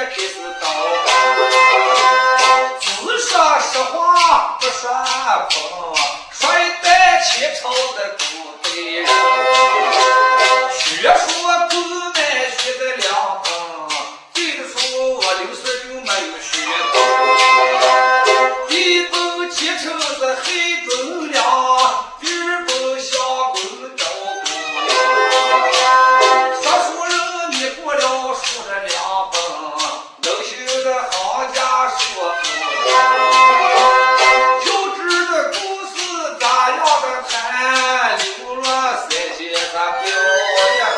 开始刀，只说实话不说风，衰在前朝的古代人，学说古代学的两分，对的书我60就没有学懂，一本前朝是黑中良，第二本下文周公，说书人你过了书的两本，能修的好家说就知的故事咋样的谈，流落三线上表演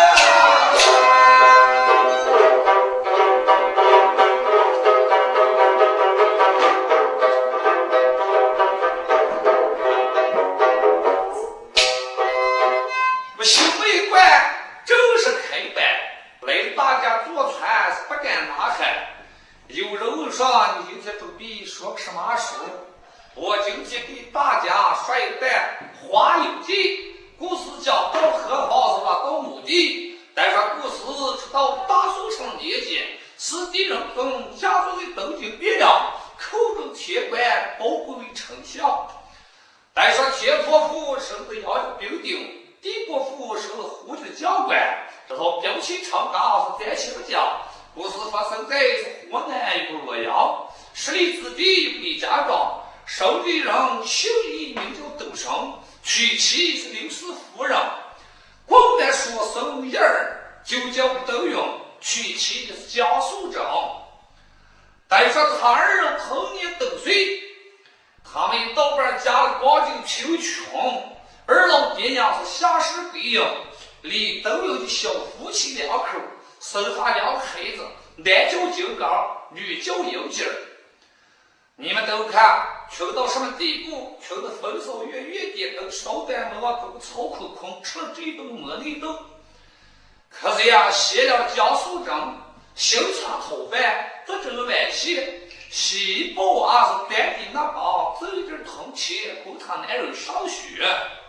我修为观正式开办，来大家坐船是不敢拿海。有人问说你今天准备说个什么书？我今天给大家说一段《花柳记》，故事讲到何方是吧？到墓地，但是故事直到大宋朝年间，史地人从家族的东京汴梁口中天官包归为丞相。但是天伯父是个杨家兵丁，地伯父是个胡家的将官，这套兵器长岗是暂且不讲。故事发生在湖南一个洛阳，十里之地北家庄，守地人姓李，名叫窦生，娶妻是刘氏夫人。广南说生一儿，就叫窦永，娶妻的是江素贞。但是他二人同年登岁，他们到边家里光景贫穷，二老爹娘是下世归隐，李窦永的小夫妻两口生下两个孩子，男叫金刚，女叫英姐儿。你们都看穷到什么地步？穷的风骚月月点灯，烧蛋馍狗草口空，吃了这一顿没那顿。可是呀，写了江苏人新茶讨饭，这真晚些喜报啊是短底那帮，这一点铜钱供他男人上学。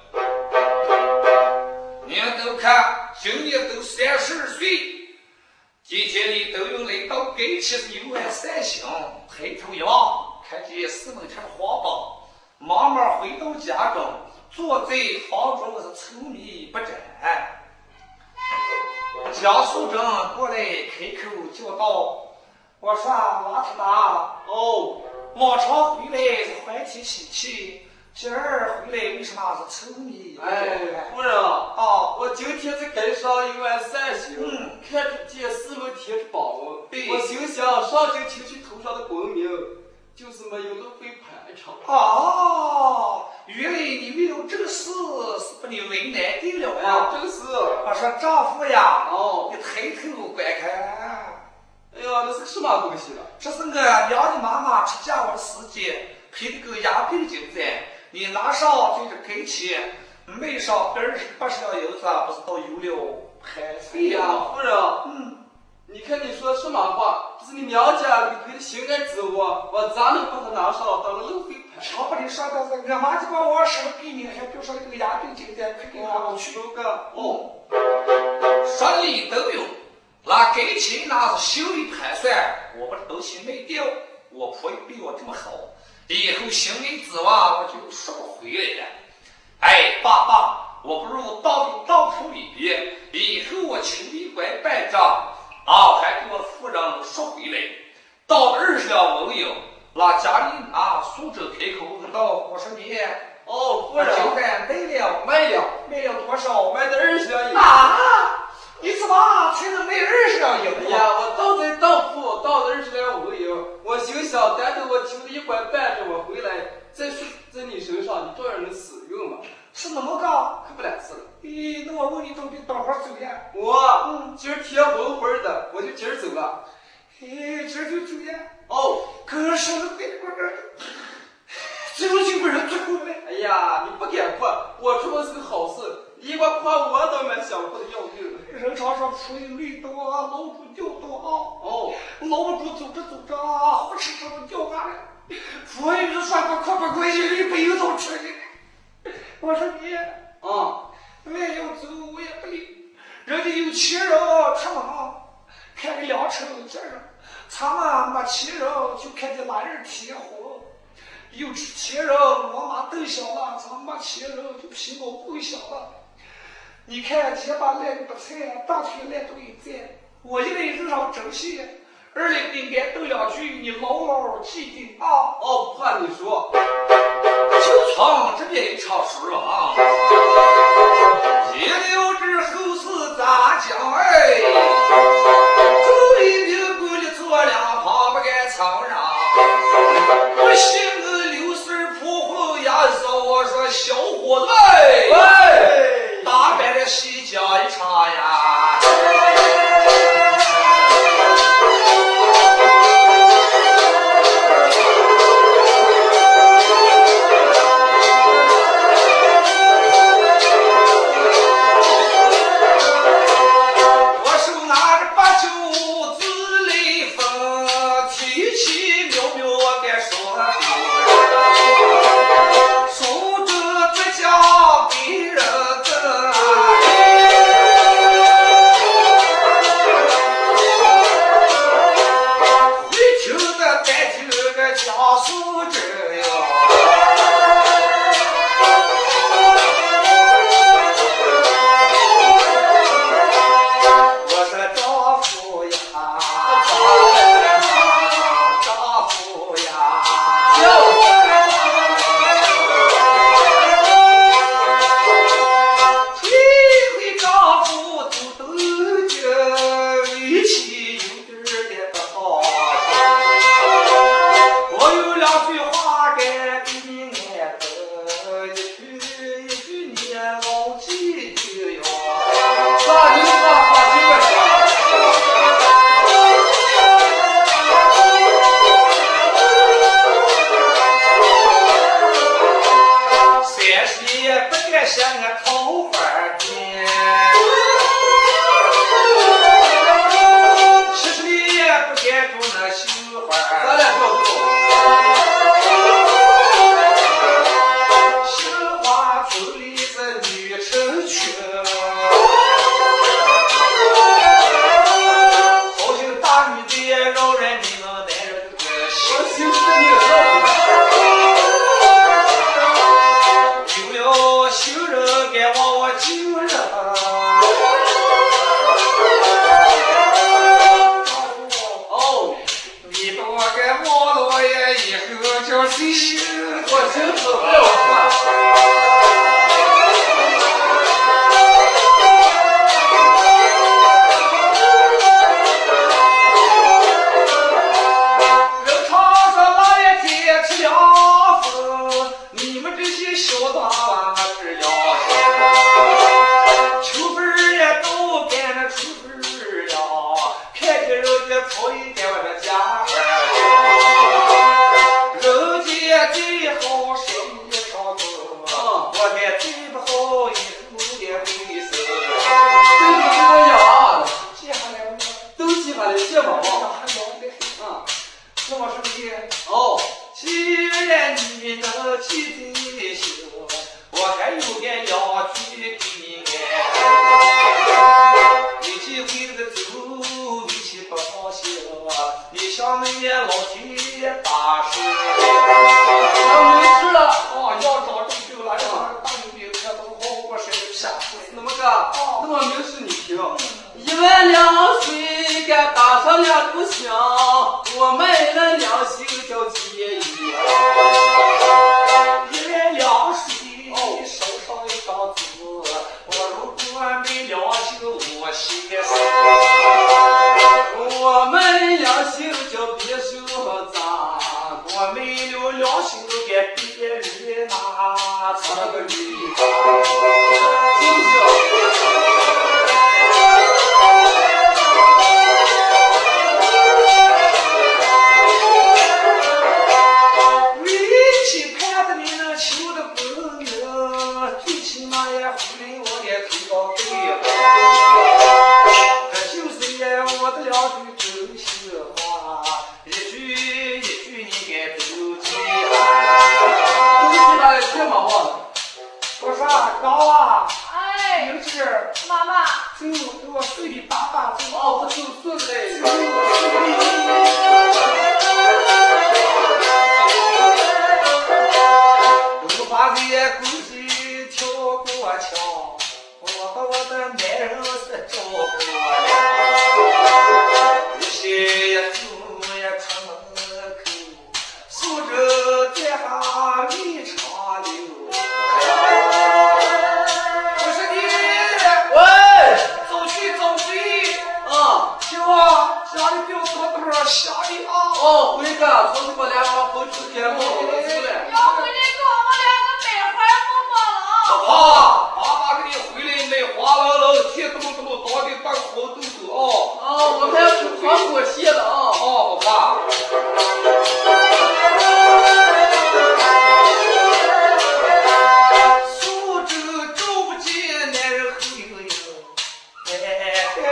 你们都看今年都32岁，今天李窦永来到该期是游玩散心，抬头一望，看见四门前的花榜，慢慢回到家中，坐在房中是愁迷不展。江素贞过来开口叫道：“我说王太大哦，往常回来是欢天喜气，今儿回来为什么是愁迷？” 夫人啊，我今天在街上游玩散心，看着见四门贴着榜文，我心想上京请去头上的功名，就是没有路费排场。 原来你为了这个事是把你为难定了呀？ 这个是。 我说丈夫呀，你抬头观看。 哎呀，这是个什么东西呢？ 这是我娘的妈妈出嫁我的时间配的个牙病金簪，你拿上就是给钱，卖上80两银子，不是到有了排费呀？ 夫人，你看你说什么话？这是你娘家给推的心爱之物，我咋能把它拿上当个路费排？ 常把你说的是俺妈就把我手给你，还别说这个牙病金簪，快给我去个说李窦永那给钱那是心里盘算，我把这东西卖掉，我婆也对我这么好，以后心里指望我就收回来了。爸，我不如到你当头里边，以后我请你管办账还给我夫人说回来。到了20两纹银，那家里苏州开口问道：“我说你夫人， 就在卖了多少？ 卖的20两银。 你怎么才能卖20两银？ 我倒在当铺倒了20两纹银，我心想待等我请你一管办着我回来，再说在你身上，你照样能使用嘛。 是那么个？ 可不然是了。 那我问你准备多会儿走呀？ 我今儿天昏昏的，我就今儿走了。 今儿就走呀？ 可是走就不人最后嘞。 你不敢夸，我出门是个好事，你光夸我倒蛮想过的要命。 人常说出人力多，老猪掉多老猪走着走着，胡吃吃的掉下来。佛语说快，一杯油都吃的。我说你我也要走，我也不理。人家有钱人出门看个良辰吉日， 咱们没钱人就看见男人贴火，有钱人我妈瞪小了，咱没钱人就皮毛不小了。你看前把烂个菜，大腿烂都一站，我一人日上珍惜，二来应该斗两句，你牢牢记定啊！ 哦，不怕你说。 就从这边唱书了啊！一溜之后是咋讲哎？走一溜过里坐两旁不该藏上，我心个流水扑后呀说我说小伙子喂，大摆的戏讲一场呀。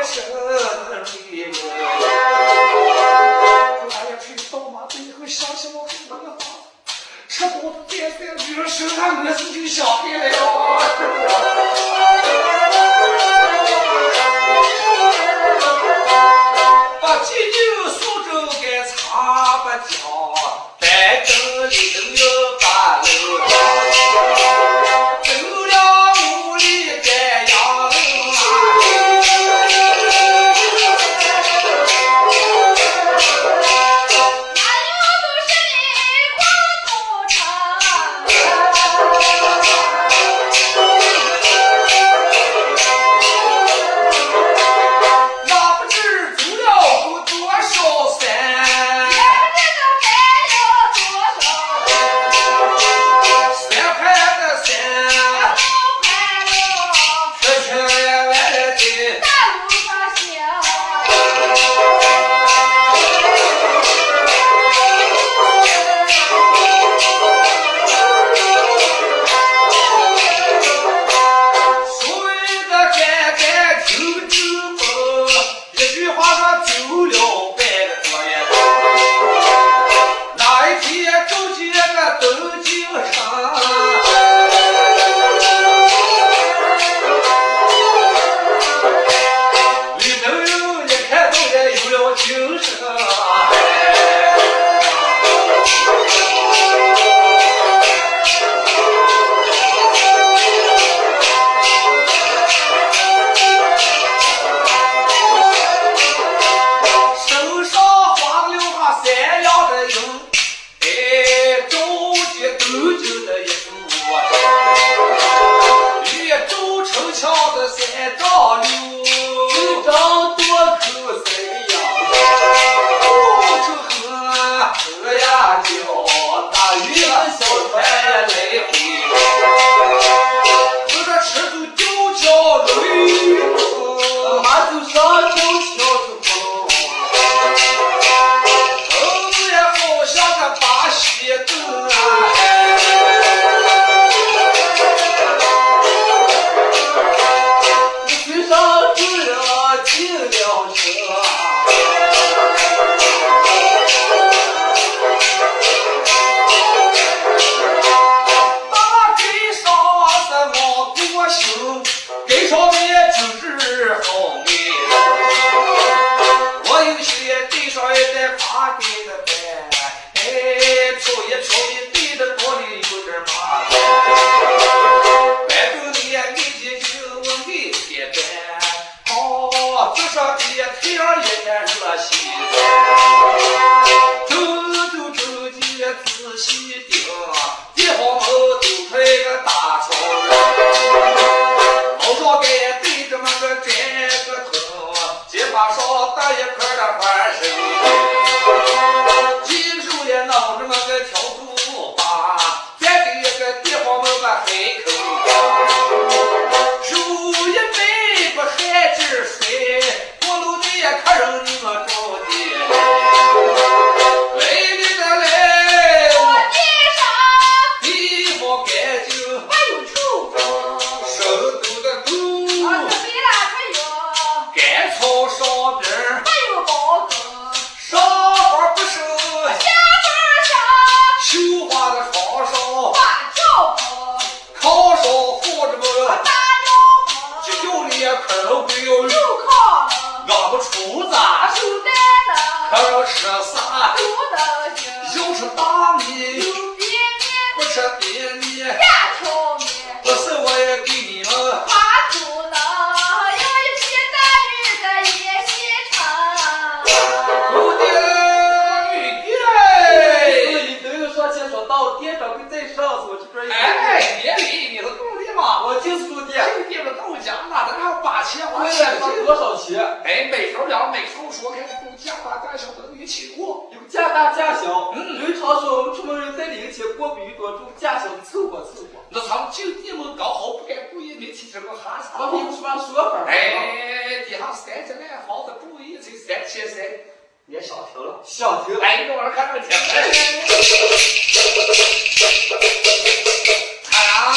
身里。俺也去到马背后想起我很多的话，吃包子点菜女人手上我是就想起来了。把鸡酒苏州给擦不掉，在这里头有把楼，走了屋里该养人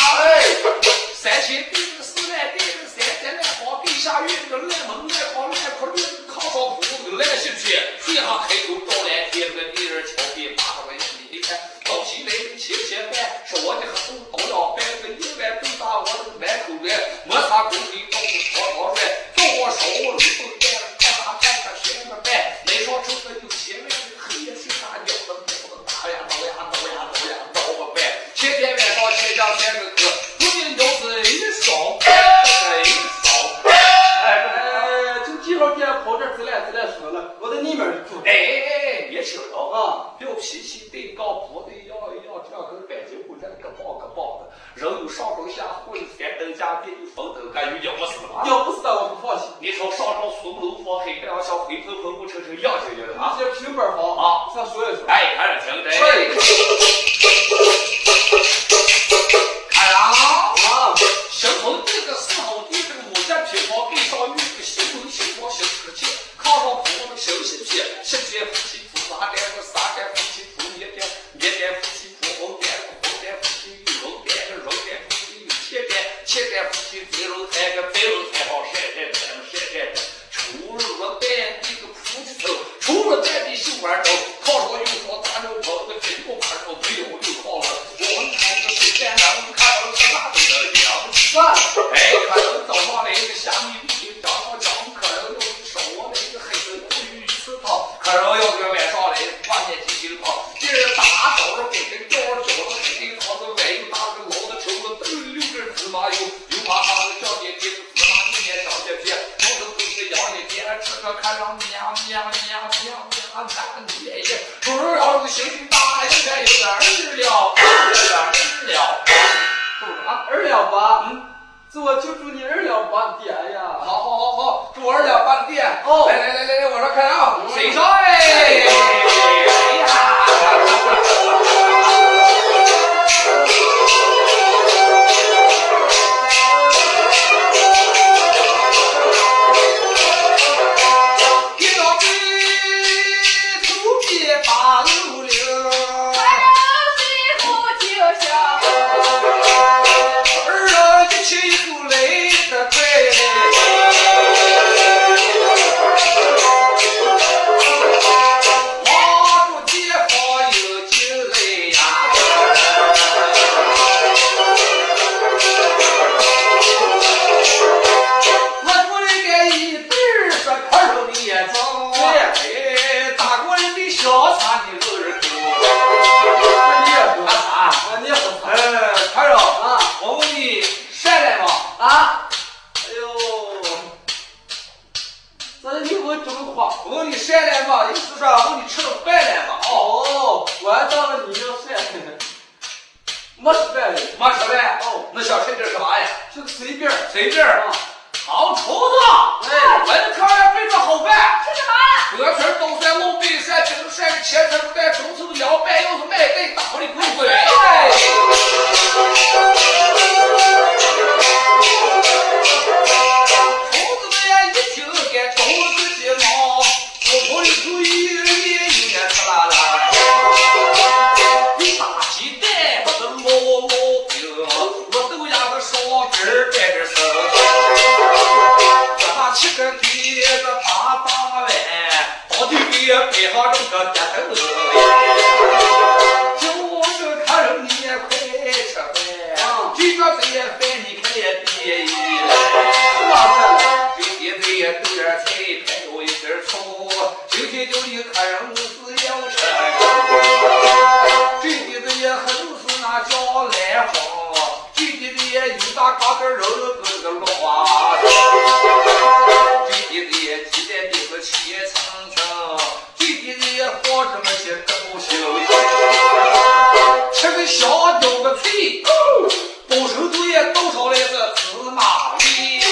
下雨，来蒙来好来店跑这滋来说了，我在里面住。 哎，别听着啊， 表脾气对杠不对要这样跟北京回来个棒的，人有上中下混天灯加地有风灯，还有要不死吗？ 要不是的我不放心。 你瞅上周苏木楼放黑白两小灰喷不成亮晶晶的啊！ 这平板房啊， 再说一说。 哎，看着听着。看啊！新婚这个时候，你这个五间平房给上女个新婚新房新车钱，炕上铺我们新新片，新间夫妻铺3间，3间夫妻铺面间，面间夫妻铺红间，红间夫妻有肉间，肉间夫妻有切间，切间夫妻白肉菜个白肉菜好晒。出了蛋地个铺子头，出了蛋地绣碗头，炕上有双大肉泡，那真不怕肉，没有就好了。我们看这水蛋咱们看到是哪都能凉算了， 哎，可能早上来个虾米饼，早上讲可能要烧我来个黑色鱼翅汤，可能要个晚上来挂面鸡精汤，今儿大早上给个吊饺子黑的汤子，外有大个老的抽子，都6根芝麻油，油麻汤子小姐姐芝麻里面小姐姐，老头都是羊的爹，吃着看上娘，咱爷爷，主要是心情大，应该有点儿了， 2两8，这我就住你2两8的店呀。 好，住2两8的店。 哦， 来，我说看啊，谁上哎？哎呀！我问你晒来吗？意思是我问你吃了饭来吗？ 哦，我还当了你要晒，没吃饭嘞， 没吃饭。哦，那想吃点什么呀？ 就随便啊。好厨子，哎，文科也备着好饭。 吃什么呀？ 鹅腿、豆蒜、卤白菜、青菜、茄子蛋、中秋的凉拌，又是麦带大的滚滚。哎。厨子们一听该中了自己忙，我的主意也有点吃啦啦。一大鸡蛋，我的老饼，我豆芽子双根带着生，这那7个碟子大碗，到底给摆上这个碟头，就是看着你快吃饭，这个这饭你看也别意了。这也丢点菜，还有一点醋，今天就你客人是要吃，这地子也很是那叫来风，这地子也有大嘎个肉跟个乱，这地子也鸡蛋饼个切层层，这地子也放着那些高兴，吃个小雕个脆，包手都也倒上来个芝麻粒。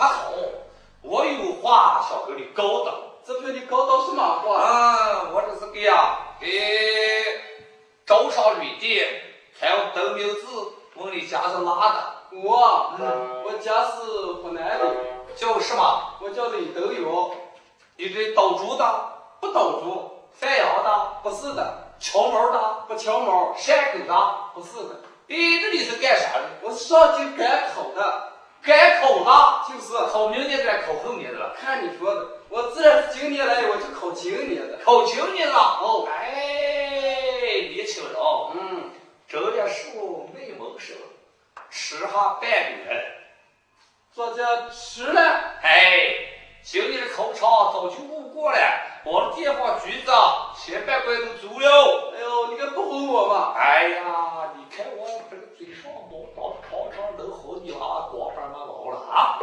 还好，我有话想跟你告的。 这骗你搞到什么话？ 我这是给呀，给招商旅店还要登名字，问你家是哪的？ 我家是湖南的， 叫什么？ 我叫李德勇。 你这斗猪的？ 不斗猪。 范阳的？ 不是的。 乔毛的？ 不乔毛。 山沟的？ 不是的。 那你是干啥的？ 我是上京赶考的。 赶考的？ 就是考明年的，考后年的了。 看你说的，我自然是今年来，我就考今年的。 考今年了？ 哦。 年轻人哦。这点树没蒙生，吃下半月。 作家吃了。 今年的考场早就误过了，我的电话局子前半关都租了。 哎呦，你可不哄我嘛！ 哎呀，你看我这个嘴上毛，到考场能哄你啊，光板嘛毛了啊！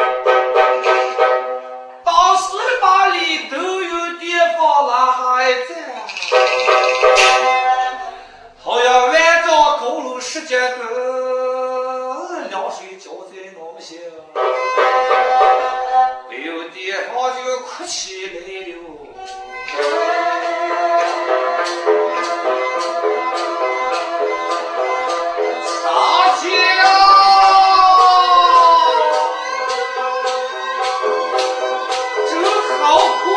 当时把里都有地方了，还在。好呀，万丈高楼十几个，凉水浇在脑门下。有地方就哭起来了。长江真好苦。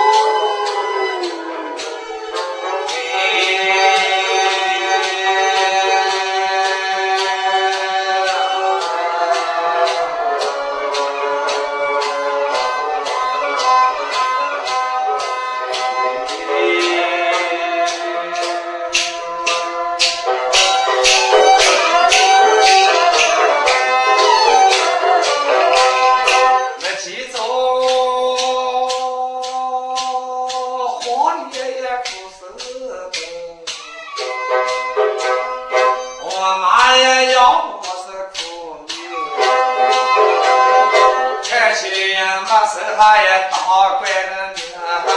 他也打怪了你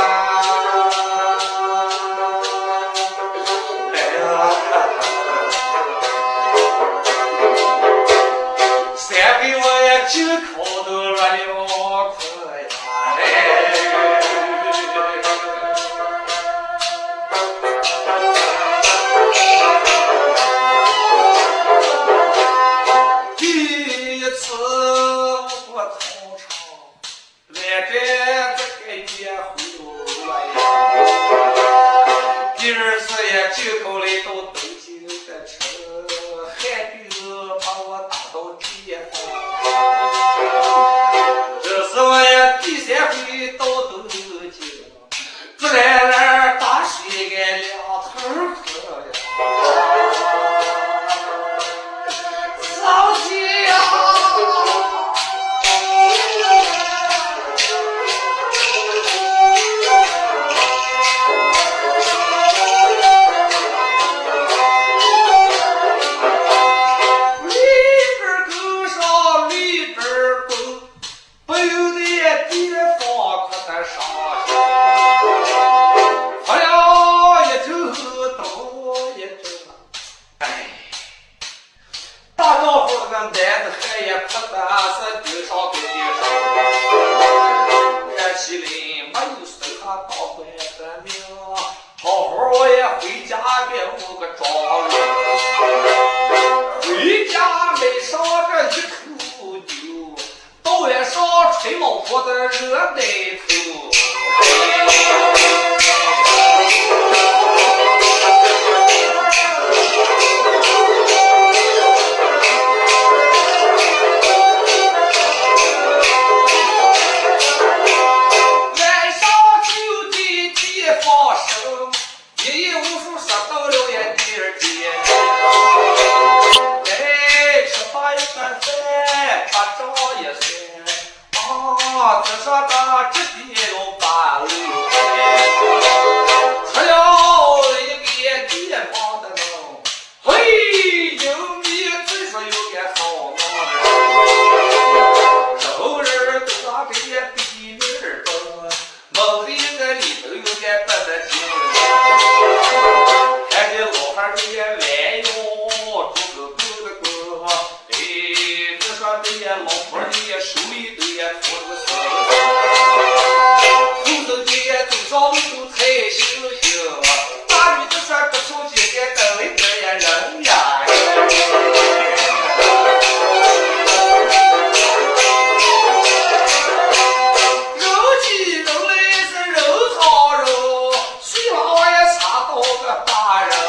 三给我也几口都落了苦第一次我通常来这个也回来，第二次也几口来到东京的车，汉兵把我打到地方。这是我也第三回到东京，自然打水个两头喝呀，着急呀！老婆你也手里头也出上就才行行，大女子说不出几个等一个呀人呀。肉鸡肉类是肉炒肉，水娃娃也查到个大人。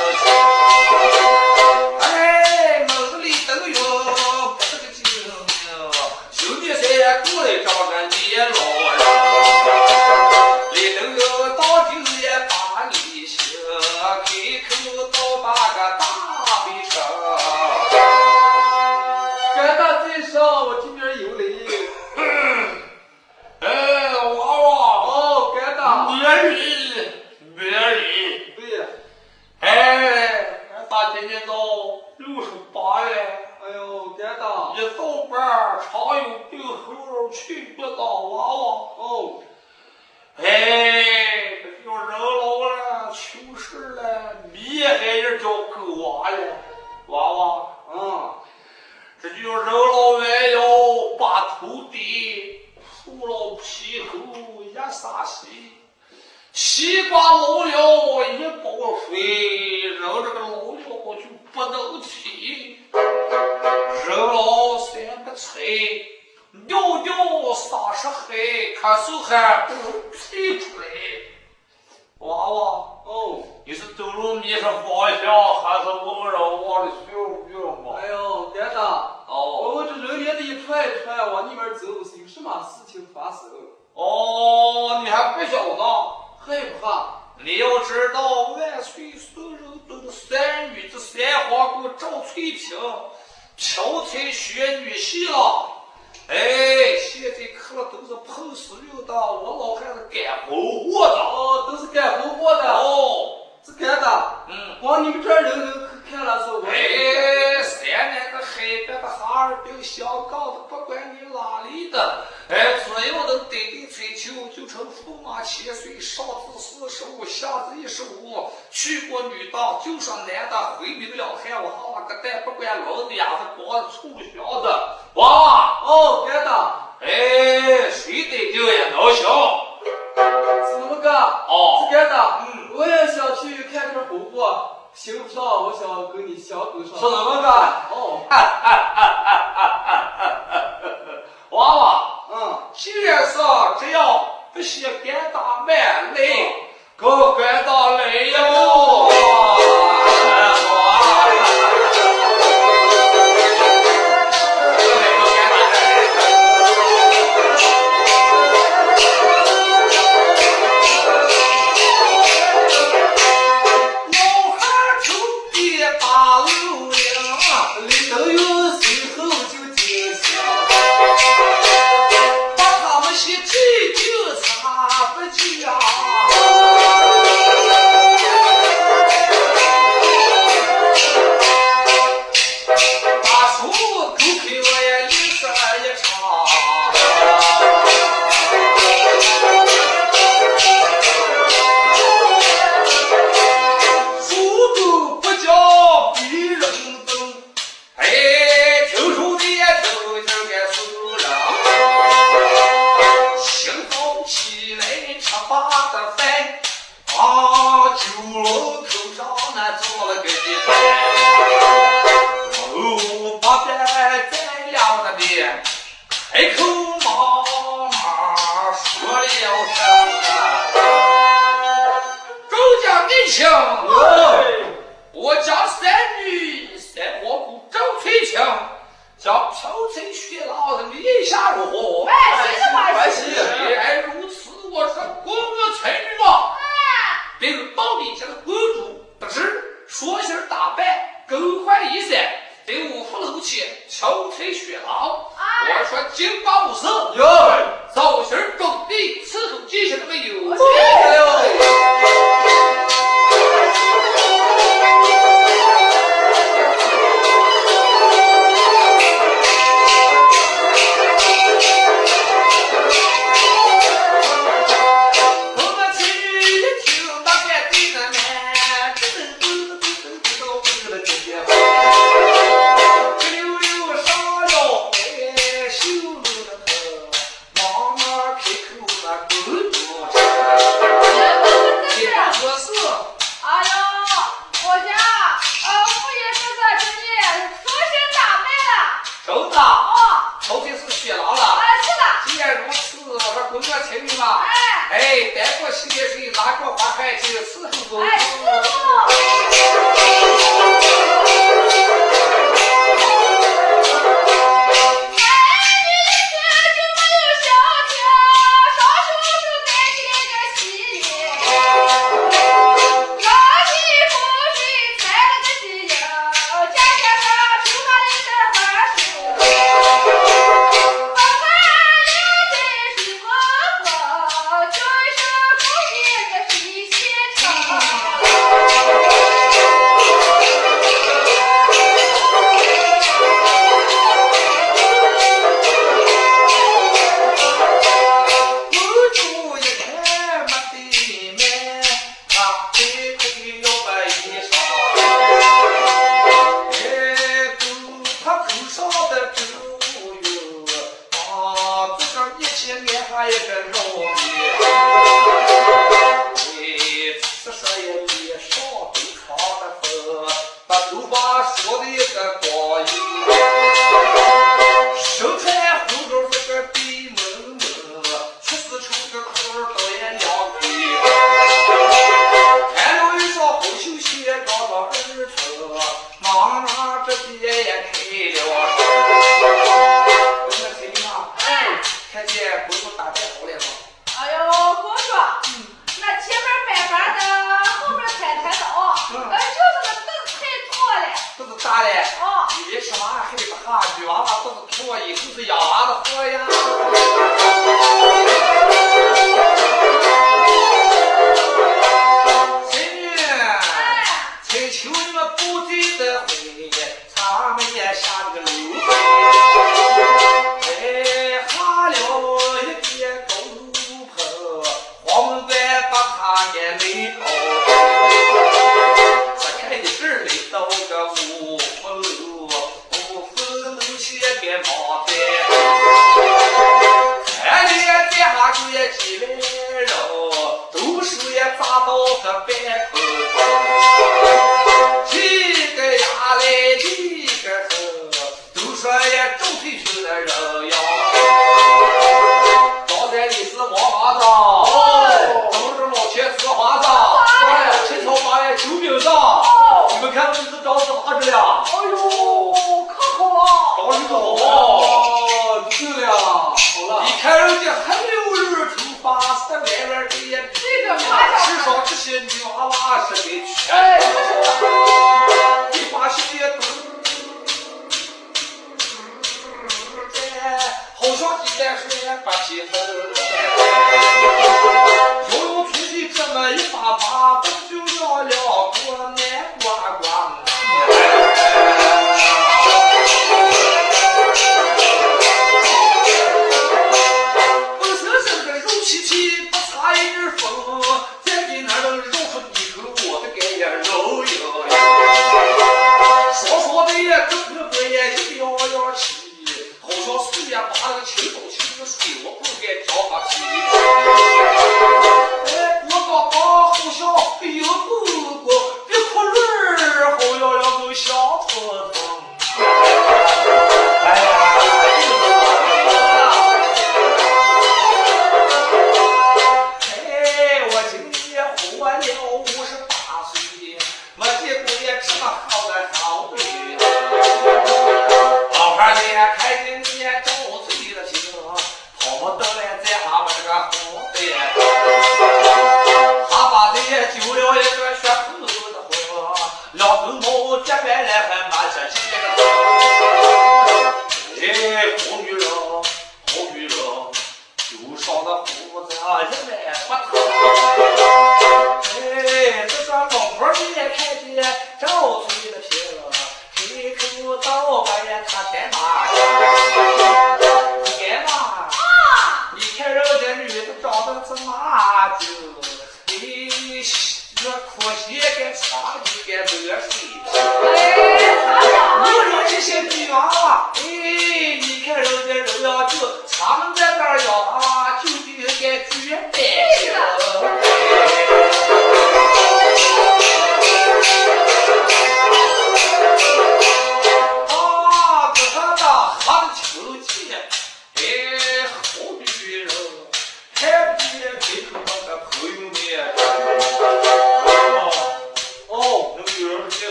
哎，梦里都有不是个精明，兄弟三过来找个年老人，里头有到酒也把你行，开口倒把个大杯车。 干大在上，我这边有礼。 娃娃， 哦，干大。 别理。 对呀。 大今年到68了。 哎呦，干大。 一到班常有病喉咙去不到娃娃。 哦。 这就人老了，求事了，迷还是叫狗娃了，娃娃。这就人老完要把土地铺了皮后一撒洗，西瓜老了一包水，人这个老了就不能提，人老三个菜，尿尿撒是海，咳嗽还不提出来。娃娃，你是走路迷失方向，还是梦人忘了学运吗？ 哎呦，干大。我这人连的一串一串往那边走，是有什么事情发生？ 你还不晓得？ 害怕。 你要知道，万岁孙人都是三女子三皇姑赵翠萍，飘才学女婿了。现在看了都是碰死运的，我老汉是干活活的。 都是干活活的。是干的。往你们这儿人看了是我。 山南的海边的哈尔滨香港的，不管你哪里的，只要能对对追求，就成驸马千岁，上至45，下至15，去过女的，就说男的，回民了汉娃娃个蛋，不管老的呀是光粗小的，娃娃。 干的。 谁得劲也能行。 是那么个。是干的。我也想去看看活活。行不上，我想跟你相跟上。 是怎么个？娃娃，既然是这样，不惜干大满累，够干大累哟。我家三女三皇姑赵翠萍将飘才学老的立下如何？ 关系。 既然如此，我是公主才女嘛，并报你家的公主不知说心打扮，更换衣衫，在五福楼前飘才学老。我说金光无事，造型种地，伺候记下了没有？ 公园彩云嘛，哎，带过洗脸水，拉过花海去伺候公。 哎，伺候。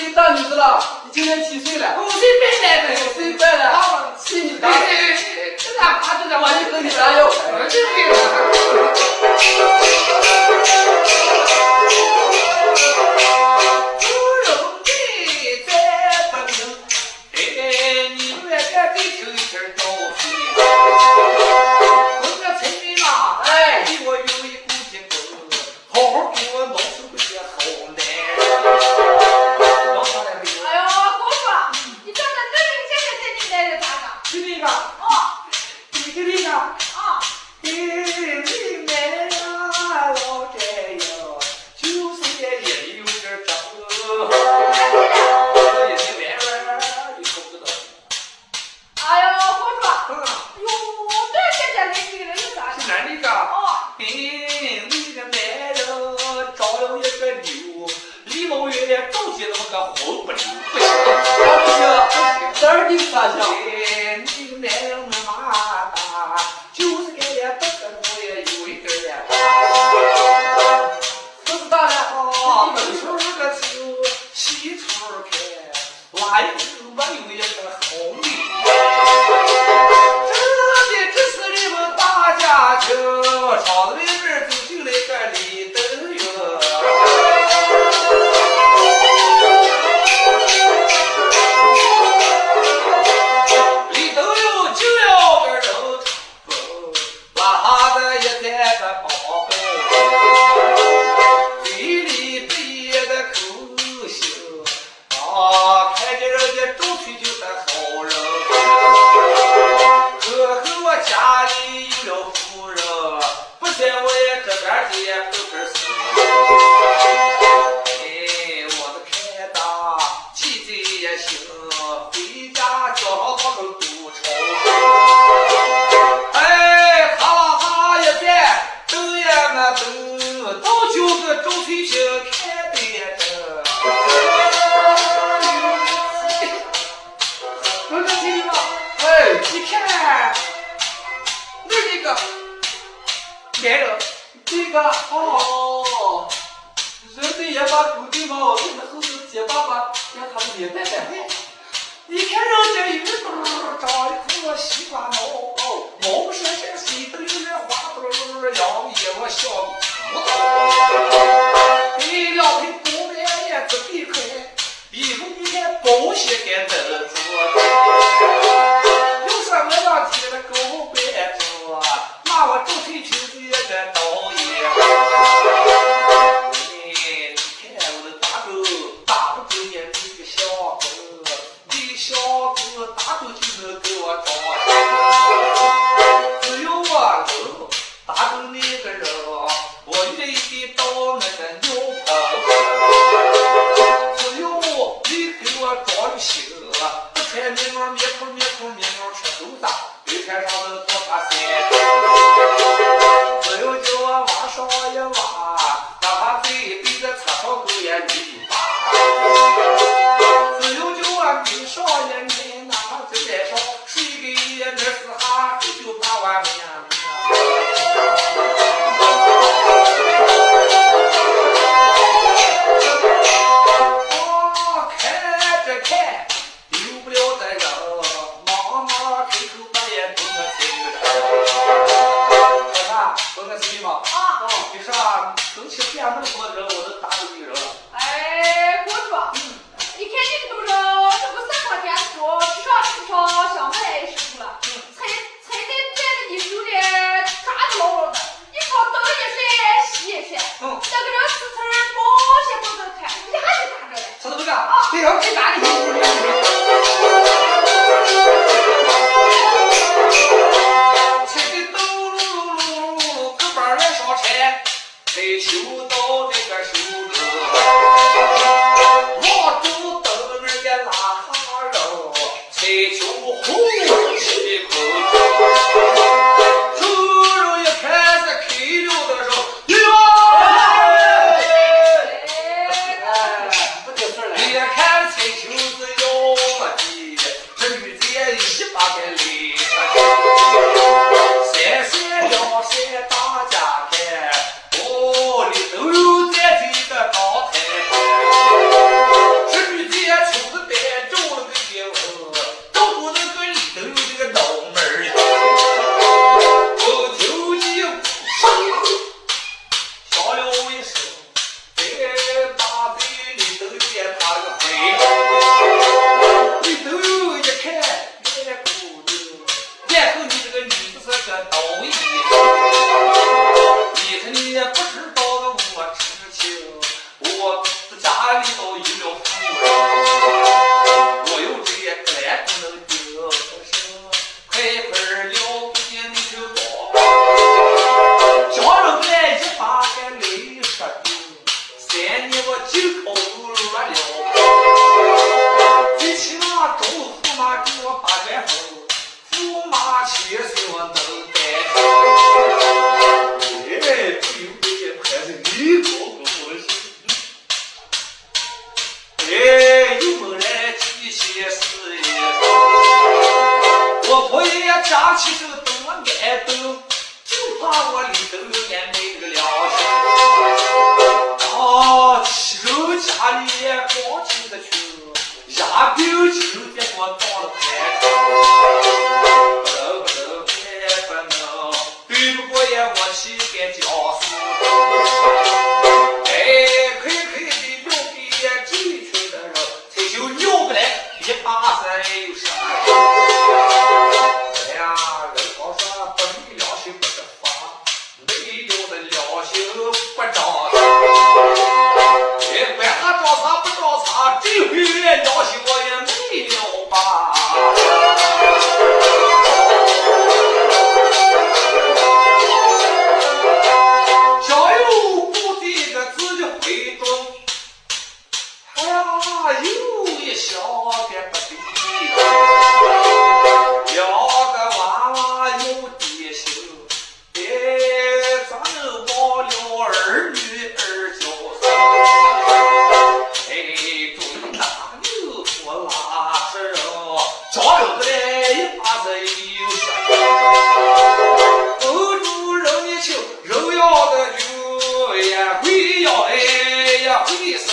一个大女子了，你今年几岁了 ？5岁半了 ，5岁半了。 啊， 是你大。 这咋爬这我就跟你打哟。 小妹师傅了，才在这里你手里个道义，你看你也不知道我知情，我家里头有了夫人，我有这个来不能丢的事，快快了不见你就到，叫人来一把个泪说丢，3年我9口乱了，最起码周驸马给我把关后，驸马7岁我能带上，哎，不由得也还是你高高兴。哎，有门来提些事业，我婆爷家起手等我挨斗，就怕我里头也没个了心。啊，七肉家里也光听得去，压根就给我到了台上。不能，对不过也我去给教书。哎，可以的要给这一群的人，才就要不来183有啥？哎呀，人好说不没良心不得法，没有的良心不长。哎，管他找啥不找啥，这回良心我也没了吧。小友不这个自己回中，哎呀，有一小点不对，两个娃娃有爹心，哎，咱们忘了儿女儿教生，哎，注意哪有我拉扯叫人来一把子有啥？不住人你求人要的就也会要来也会生。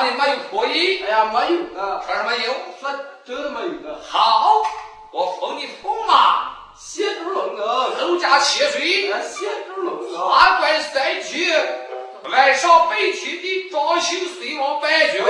你没有可以？ 哎呀，没有的。 说什么有？ 说真的没有的。 好，我封你驸马， 县主龙啊， 后加7岁， 县主龙啊， 八关赛局，来上北齐的装修隋王败局。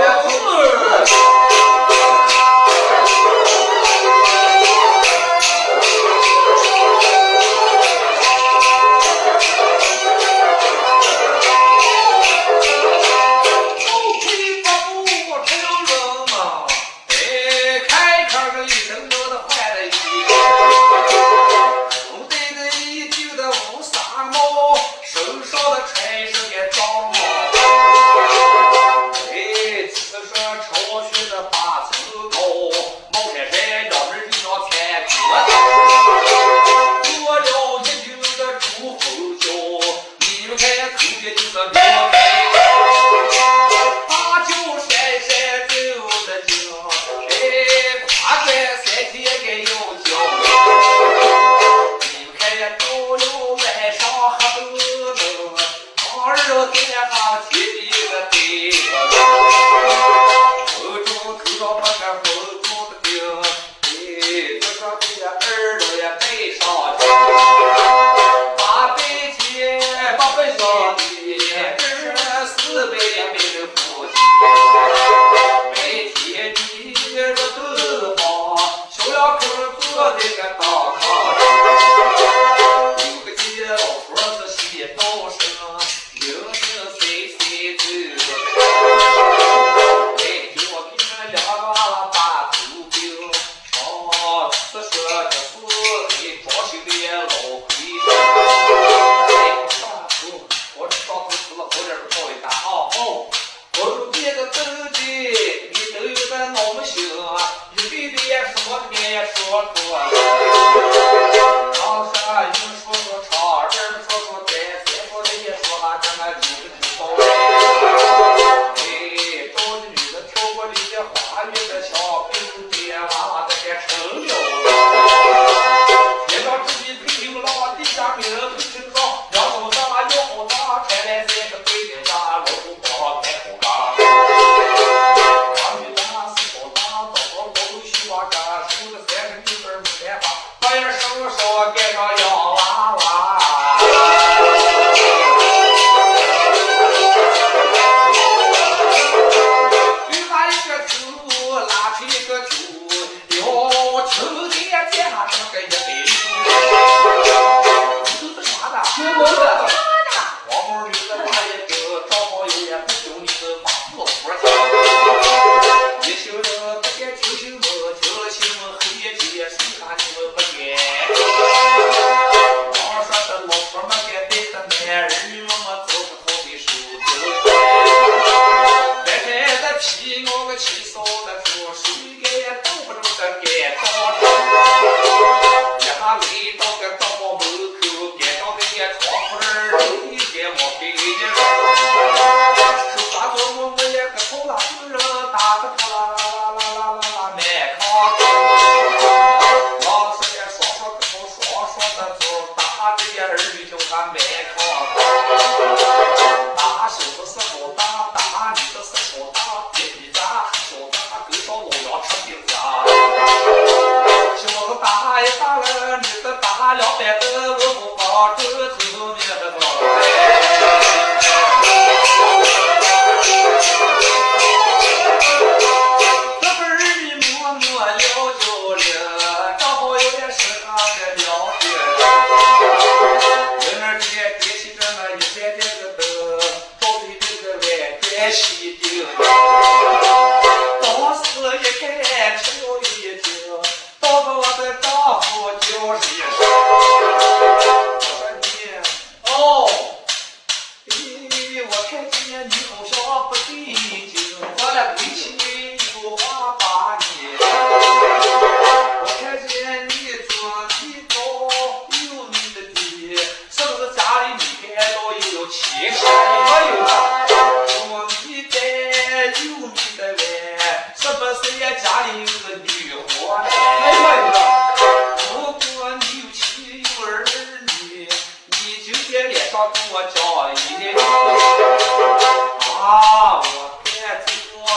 我教一啊，我看这个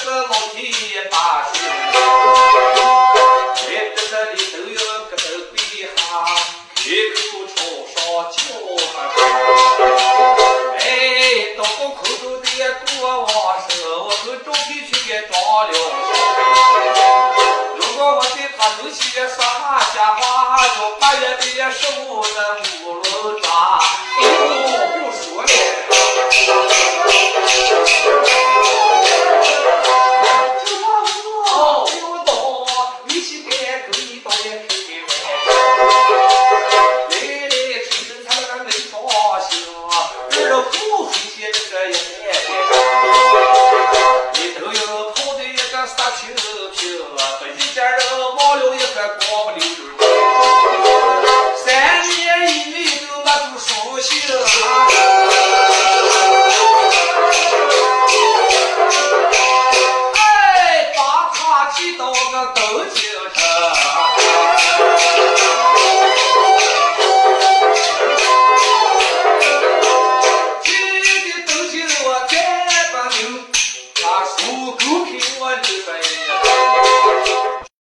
个老铁把手，在这里头有个头背哈，开口朝上叫他。哎，到我口头的过往手，我和周皮去给装了手。如果我对他走起说瞎话，就把月的手的木轮抓。哦，不用说了。就让我有道，你去该跟你道也开。